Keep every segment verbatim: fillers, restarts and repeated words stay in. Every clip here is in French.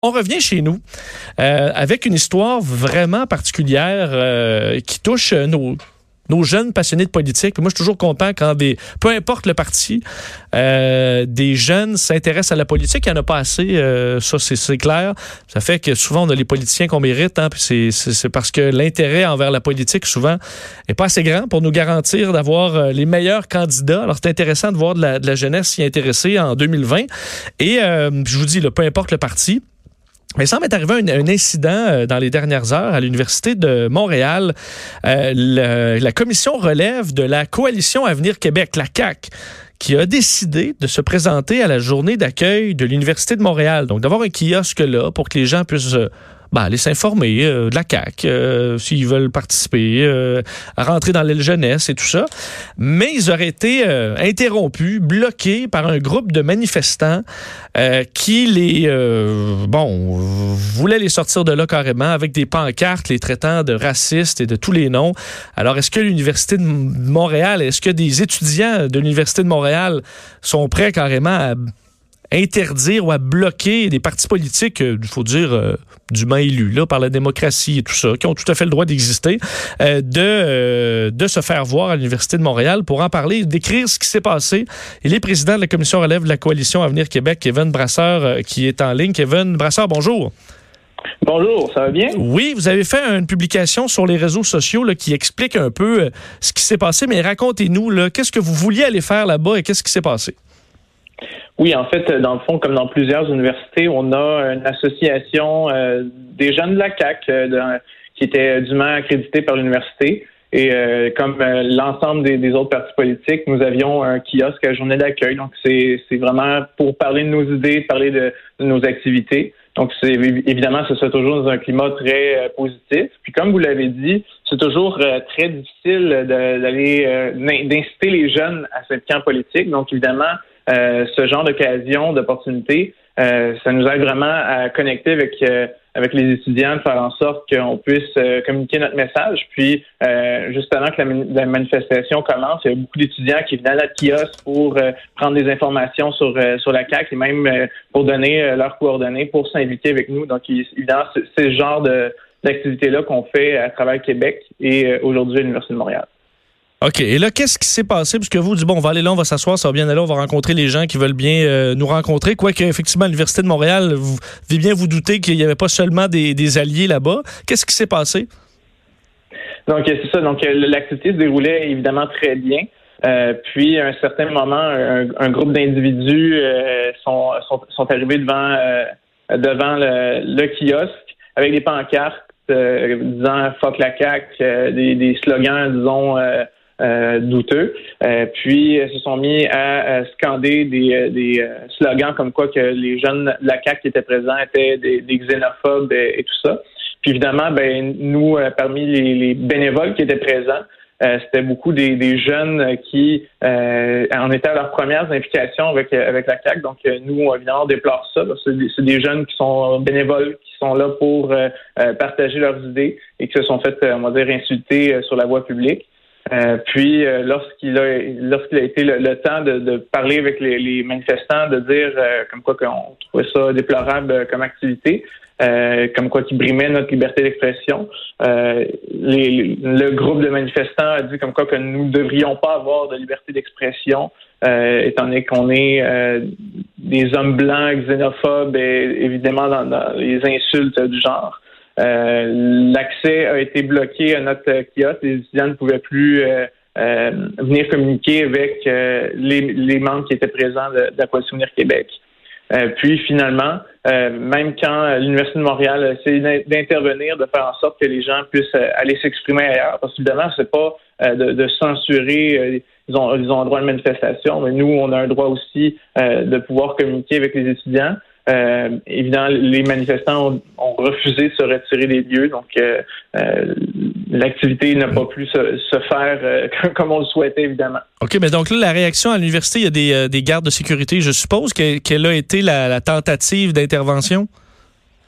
On revient chez nous euh, avec une histoire vraiment particulière euh, qui touche nos, nos jeunes passionnés de politique. Puis moi, je suis toujours content quand des, peu importe le parti, euh, des jeunes s'intéressent à la politique. Il n'y en a pas assez, euh, ça c'est, c'est clair. Ça fait que souvent, on a les politiciens qu'on mérite. Hein, puis c'est, c'est, c'est parce que l'intérêt envers la politique, souvent, n'est pas assez grand pour nous garantir d'avoir les meilleurs candidats. Alors, c'est intéressant de voir de la, de la jeunesse s'y intéresser en deux mille vingt. Et euh, je vous dis, là, peu importe le parti, mais il semble être arrivé un, un incident euh, dans les dernières heures à l'Université de Montréal. Euh, le, la commission relève de la Coalition Avenir Québec, la C A Q, qui a décidé de se présenter à la journée d'accueil de l'Université de Montréal. Donc, d'avoir un kiosque là pour que les gens puissent euh, ben, aller s'informer euh, de la C A Q, euh, s'ils veulent participer, euh, à rentrer dans l'aile jeunesse et tout ça. Mais ils auraient été euh, interrompus, bloqués par un groupe de manifestants euh, qui les, euh, bon, voulaient les sortir de là carrément avec des pancartes les traitant de racistes et de tous les noms. Alors, est-ce que l'Université de Montréal, est-ce que des étudiants de l'Université de Montréal sont prêts carrément à interdire ou à bloquer des partis politiques, il faut dire, euh, dûment élus là, par la démocratie et tout ça, qui ont tout à fait le droit d'exister, euh, de, euh, de se faire voir à l'Université de Montréal pour en parler, décrire ce qui s'est passé. Il est président de la commission relève de la Coalition Avenir Québec, Kevin Brasseur, euh, qui est en ligne. Kevin Brasseur, bonjour. Bonjour, ça va bien? Oui, vous avez fait une publication sur les réseaux sociaux là, qui explique un peu euh, ce qui s'est passé, mais racontez-nous, là, qu'est-ce que vous vouliez aller faire là-bas et qu'est-ce qui s'est passé? Oui, en fait, dans le fond, comme dans plusieurs universités, on a une association euh, des jeunes de la C A Q euh, de, qui était dûment accréditée par l'université. Et euh, comme euh, l'ensemble des, des autres partis politiques, nous avions un kiosque à journée d'accueil. Donc, c'est, c'est vraiment pour parler de nos idées, parler de, de nos activités. Donc, c'est évidemment, ce sera toujours dans un climat très euh, positif. Puis, comme vous l'avez dit, c'est toujours euh, très difficile de, d'aller euh, d'inciter les jeunes à ce camp politique. Donc, évidemment, Euh, ce genre d'occasion, d'opportunité, euh, ça nous aide vraiment à connecter avec euh, avec les étudiants, de faire en sorte qu'on puisse euh, communiquer notre message. Puis, euh, juste avant que la, la manifestation commence, il y a beaucoup d'étudiants qui venaient à notre kiosque pour euh, prendre des informations sur euh, sur la C A Q et même euh, pour donner euh, leurs coordonnées, pour s'inviter avec nous. Donc, évidemment, c'est, c'est ce genre de, d'activité-là qu'on fait à travers le Québec et euh, aujourd'hui à l'Université de Montréal. OK. Et là, qu'est-ce qui s'est passé? Parce que vous dites, bon, on va aller là, on va s'asseoir, ça va bien aller, on va rencontrer les gens qui veulent bien euh, nous rencontrer. Quoique, effectivement, à l'Université de Montréal, vous devez bien vous douter qu'il n'y avait pas seulement des, des alliés là-bas. Qu'est-ce qui s'est passé? Donc, c'est ça. Donc, l'activité se déroulait évidemment très bien. Euh, puis, à un certain moment, un, un groupe d'individus euh, sont, sont, sont arrivés devant, euh, devant le, le kiosque avec des pancartes euh, disant « fuck la C A Q euh, », des, des slogans, disons, euh, Euh, douteux. Euh, puis, ils se sont mis à, à scander des, des euh, slogans comme quoi que les jeunes de la C A Q qui étaient présents étaient des, des xénophobes et, et tout ça. Puis, évidemment, ben nous, euh, parmi les, les bénévoles qui étaient présents, euh, c'était beaucoup des, des jeunes qui euh, en étaient à leurs premières implications avec, avec la C A Q. Donc, euh, nous, évidemment, on déplore ça. C'est des, c'est des jeunes qui sont bénévoles, qui sont là pour euh, partager leurs idées et qui se sont fait, on va dire, insulter sur la voie publique. Euh, puis, euh, lorsqu'il a lorsqu'il a été le, le temps de, de parler avec les, les manifestants, de dire euh, comme quoi qu'on trouvait ça déplorable euh, comme activité, euh, comme quoi qui brimait notre liberté d'expression, euh, les, le groupe de manifestants a dit comme quoi que nous ne devrions pas avoir de liberté d'expression, euh, étant donné qu'on est euh, des hommes blancs, xénophobes et évidemment dans, dans les insultes du genre. Euh, l'accès a été bloqué à notre kiosque. Les étudiants ne pouvaient plus euh, euh, venir communiquer avec euh, les, les membres qui étaient présents de, de la Coalition Avenir Québec. Euh, puis finalement, euh, même quand l'Université de Montréal a essayé d'intervenir, de faire en sorte que les gens puissent aller s'exprimer ailleurs, parce qu'évidemment, c'est pas euh, de, de censurer, euh, ils ont, ils ont un droit de manifestation, mais nous, on a un droit aussi euh, de pouvoir communiquer avec les étudiants. Euh, évidemment, les manifestants ont, ont refusé de se retirer des lieux, donc euh, euh, l'activité n'a pas pu se, se faire euh, comme on le souhaitait, évidemment. OK, mais donc là, la réaction à l'université, il y a des, euh, des gardes de sécurité. Je suppose que, quelle a été la, la tentative d'intervention?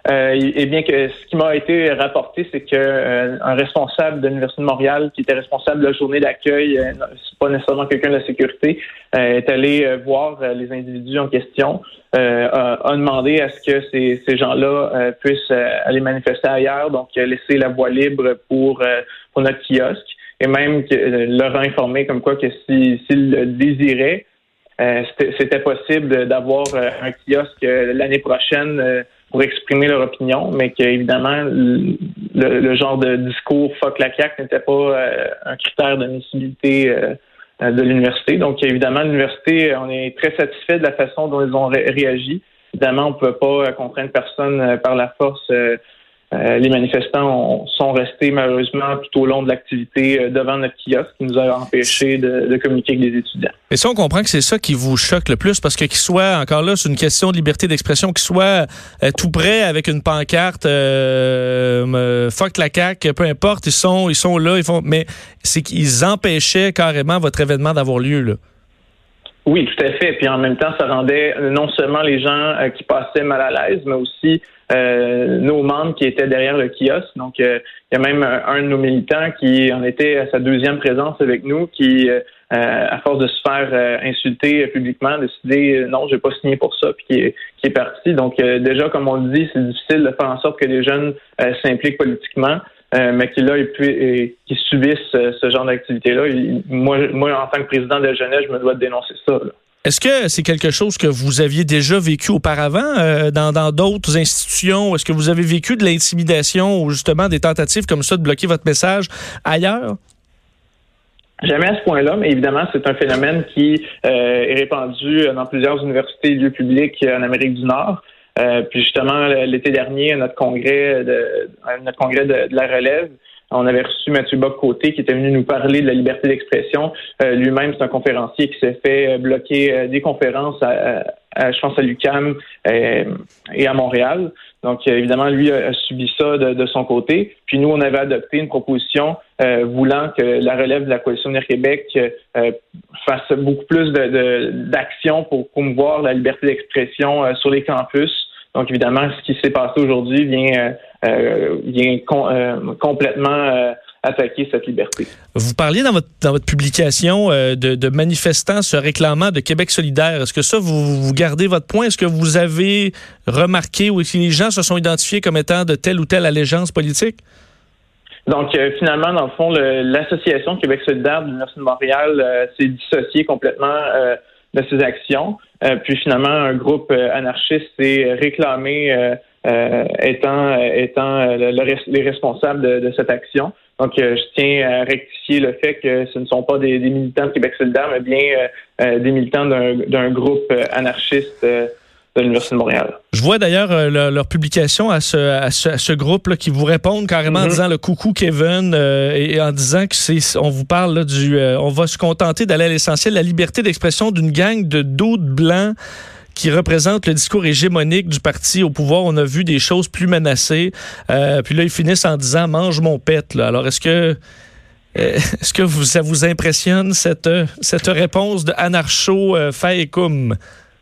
Euh, et bien que ce qui m'a été rapporté, c'est que euh, un responsable de l'Université de Montréal, qui était responsable de la journée d'accueil, euh, c'est pas nécessairement quelqu'un de la sécurité, euh, est allé euh, voir euh, les individus en question, euh, a, a demandé à ce que ces, ces gens-là euh, puissent euh, aller manifester ailleurs, donc euh, laisser la voie libre pour, euh, pour notre kiosque, et même que, euh, leur a informé comme quoi que si, s'ils le désiraient, euh, c'était, c'était possible d'avoir euh, un kiosque euh, l'année prochaine euh, pour exprimer leur opinion, mais qu'évidemment, le, le genre de discours « fuck la C A Q » n'était pas euh, un critère d'admissibilité euh, de l'université. Donc, évidemment, l'université, on est très satisfait de la façon dont ils ont ré- réagi. Évidemment, on ne peut pas contraindre personne euh, par la force. Euh, euh, les manifestants ont, sont restés malheureusement tout au long de l'activité euh, devant notre kiosque, qui nous a empêchés de, de communiquer avec les étudiants. Et ça, on comprend que c'est ça qui vous choque le plus, parce que qu'il soit, encore là, c'est une question de liberté d'expression, qu'il soit euh, tout près avec une pancarte euh, euh, fuck la C A Q, peu importe, ils sont, ils sont là, ils font, mais c'est qu'ils empêchaient carrément votre événement d'avoir lieu, là. Oui, tout à fait. Puis en même temps, ça rendait non seulement les gens euh, qui passaient mal à l'aise, mais aussi euh, nos membres qui étaient derrière le kiosque. Donc, euh, il y a même un, un de nos militants qui en était à sa deuxième présence avec nous, qui, euh, à force de se faire euh, insulter publiquement, a décidé euh, non, je vais pas signer pour ça, puis qui est, qui est parti. Donc, euh, déjà, comme on le dit, c'est difficile de faire en sorte que les jeunes euh, s'impliquent politiquement. Euh, mais qui là et puis et, qui subissent euh, ce genre d'activité-là. Et, moi, moi, en tant que président de la jeunesse, je me dois de dénoncer ça, là. Est-ce que c'est quelque chose que vous aviez déjà vécu auparavant euh, dans, dans d'autres institutions? Est-ce que vous avez vécu de l'intimidation ou justement des tentatives comme ça de bloquer votre message ailleurs? Jamais à ce point-là, mais évidemment, c'est un phénomène qui euh, est répandu dans plusieurs universités et lieux publics en Amérique du Nord. Euh, puis justement, l'été dernier, à notre congrès de, à notre congrès de, de la relève, on avait reçu Mathieu Bock-Côté qui était venu nous parler de la liberté d'expression. Euh, lui-même, c'est un conférencier qui s'est fait bloquer euh, des conférences à, à, à, je pense, à l'U Q A M euh, et à Montréal. Donc, euh, évidemment, lui a, a subi ça de, de son côté. Puis nous, on avait adopté une proposition euh, voulant que la relève de la Coalition Avenir Québec euh, fasse beaucoup plus de, de, d'actions pour promouvoir la liberté d'expression euh, sur les campus. Donc, évidemment, ce qui s'est passé aujourd'hui vient, euh, vient com- euh, complètement euh, attaquer cette liberté. Vous parliez dans votre, dans votre publication euh, de, de manifestants se réclamant de Québec solidaire. Est-ce que ça, vous, vous gardez votre point? Est-ce que vous avez remarqué ou si les gens se sont identifiés comme étant de telle ou telle allégeance politique? Donc, euh, finalement, dans le fond, le, l'association Québec solidaire de l'Université de Montréal euh, s'est dissociée complètement euh, de ses actions. Euh, puis finalement, un groupe euh, anarchiste s'est réclamé euh, euh, étant, étant euh, le, le, les responsables de, de cette action. Donc, euh, je tiens à rectifier le fait que ce ne sont pas des, des militants de Québec solidaire, mais bien euh, euh, des militants d'un, d'un groupe euh, anarchiste euh, de l'Université de Montréal. Je vois d'ailleurs euh, leur, leur publication à ce, à ce, à ce groupe là, qui vous répondent carrément mm-hmm. en disant le coucou Kevin euh, et, et en disant que c'est, on vous parle là, du, euh, on va se contenter d'aller à l'essentiel, la liberté d'expression d'une gang de doutes blancs qui représente le discours hégémonique du parti au pouvoir. On a vu des choses plus menacées. Euh, puis là, ils finissent en disant « mange mon pet ». Alors, est-ce que, euh, est-ce que vous, ça vous impressionne, cette, cette réponse de anarcho euh, faecum?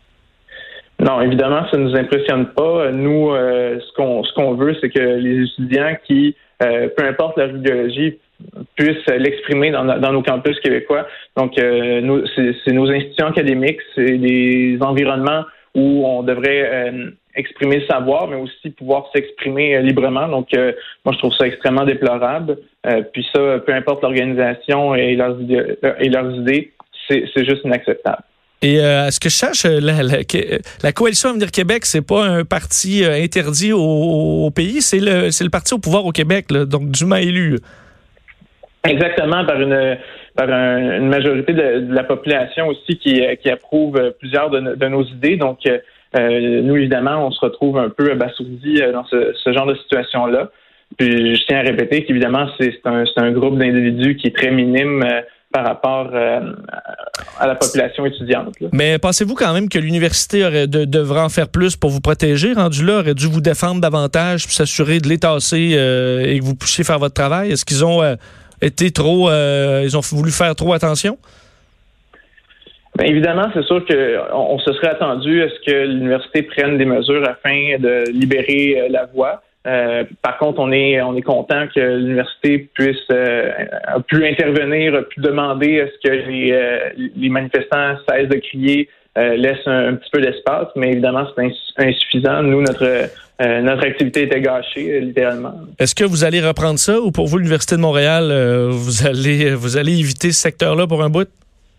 Non, évidemment, ça ne nous impressionne pas. Nous, euh, ce qu'on ce qu'on veut, c'est que les étudiants qui, euh, peu importe leur idéologie, puissent l'exprimer dans, dans nos campus québécois. Donc, euh, nous, c'est, c'est nos institutions académiques, c'est des environnements où on devrait euh, exprimer le savoir, mais aussi pouvoir s'exprimer euh, librement. Donc, euh, moi, je trouve ça extrêmement déplorable. Euh, puis ça, peu importe l'organisation et leurs idées, et leurs idées c'est, c'est juste inacceptable. Et euh, à ce que je sache, la, la, la Coalition Avenir Québec, c'est pas un parti euh, interdit au, au pays, c'est le, c'est le parti au pouvoir au Québec, là, donc dûment élu. Exactement, par une par un, une majorité de, de la population aussi qui, qui approuve plusieurs de, de nos idées. Donc, euh, nous, évidemment, on se retrouve un peu abasourdis dans ce, ce genre de situation-là. Puis, je tiens à répéter qu'évidemment, c'est, c'est, un, c'est un groupe d'individus qui est très minime euh, par rapport euh, à la population étudiante. Là. Mais pensez-vous quand même que l'université aurait de, devrait en faire plus pour vous protéger? Rendu là, aurait dû vous défendre davantage pour s'assurer de les tasser euh, et que vous puissiez faire votre travail? Est-ce qu'ils ont... Euh, été trop, euh, ils ont voulu faire trop attention? Bien, évidemment, c'est sûr qu'on on se serait attendu à ce que l'université prenne des mesures afin de libérer euh, la voie. Euh, par contre, on est on est content que l'université puisse euh, a pu intervenir, a pu demander à ce que les, euh, les manifestants cessent de crier, euh, laissent un, un petit peu d'espace, mais évidemment, c'est ins- insuffisant. Nous, notre euh, notre activité était gâchée, euh, littéralement. Est-ce que vous allez reprendre ça ou pour vous, l'Université de Montréal, euh, vous allez vous allez éviter ce secteur-là pour un bout?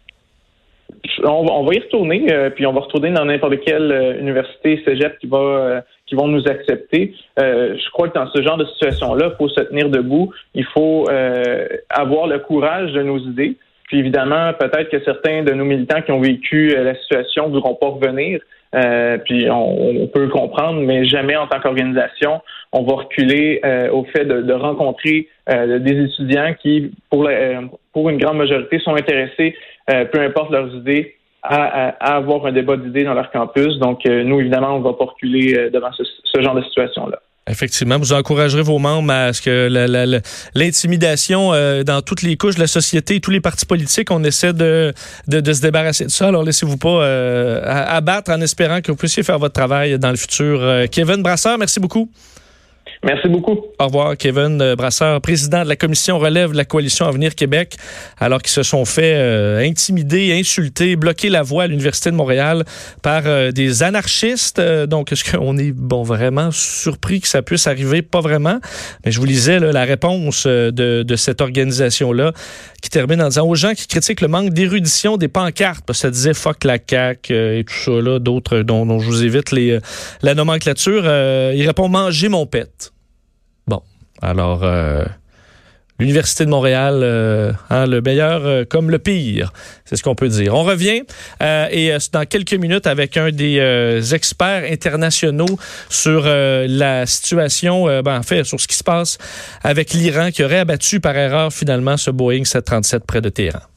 On va, on va y retourner, euh, puis on va retourner dans n'importe quelle euh, université, cégep qui va euh, qui vont nous accepter. Euh, je crois que dans ce genre de situation-là, il faut se tenir debout. Il faut euh, avoir le courage de nos idées. Puis évidemment, peut-être que certains de nos militants qui ont vécu euh, la situation ne voudront pas revenir. Euh, puis on, on peut le comprendre, mais jamais en tant qu'organisation, on va reculer euh, au fait de, de rencontrer euh, des étudiants qui, pour, la, euh, pour une grande majorité, sont intéressés, euh, peu importe leurs idées, à, à, à avoir un débat d'idées dans leur campus. Donc, euh, nous, évidemment, on ne va pas reculer euh, devant ce, ce genre de situation-là. Effectivement, vous encouragerez vos membres à ce que la, la, la, l'intimidation euh, dans toutes les couches de la société, tous les partis politiques, on essaie de, de, de se débarrasser de ça. Alors, laissez-vous pas euh, abattre en espérant que vous puissiez faire votre travail dans le futur. Euh, Kevin Brasseur, merci beaucoup. Merci beaucoup. Au revoir, Kevin Brasseur, président de la commission relève de la coalition Avenir Québec, alors qu'ils se sont fait euh, intimider, insulter, bloquer la voie à l'Université de Montréal par euh, des anarchistes. Euh, donc, est-ce qu'on est bon vraiment surpris que ça puisse arriver? Pas vraiment. Mais je vous lisais là, la réponse de, de cette organisation-là qui termine en disant aux gens qui critiquent le manque d'érudition des pancartes, parce que ça disait « fuck la C A Q euh, » et tout ça, là, d'autres dont, dont je vous évite les, euh, la nomenclature. Euh, il répond « manger mon pet ». Bon, alors, euh, l'Université de Montréal, euh, hein, le meilleur euh, comme le pire, c'est ce qu'on peut dire. On revient euh, et euh, dans quelques minutes avec un des euh, experts internationaux sur euh, la situation, euh, ben, en fait, sur ce qui se passe avec l'Iran qui aurait abattu par erreur finalement ce Boeing sept cent trente-sept près de Téhéran.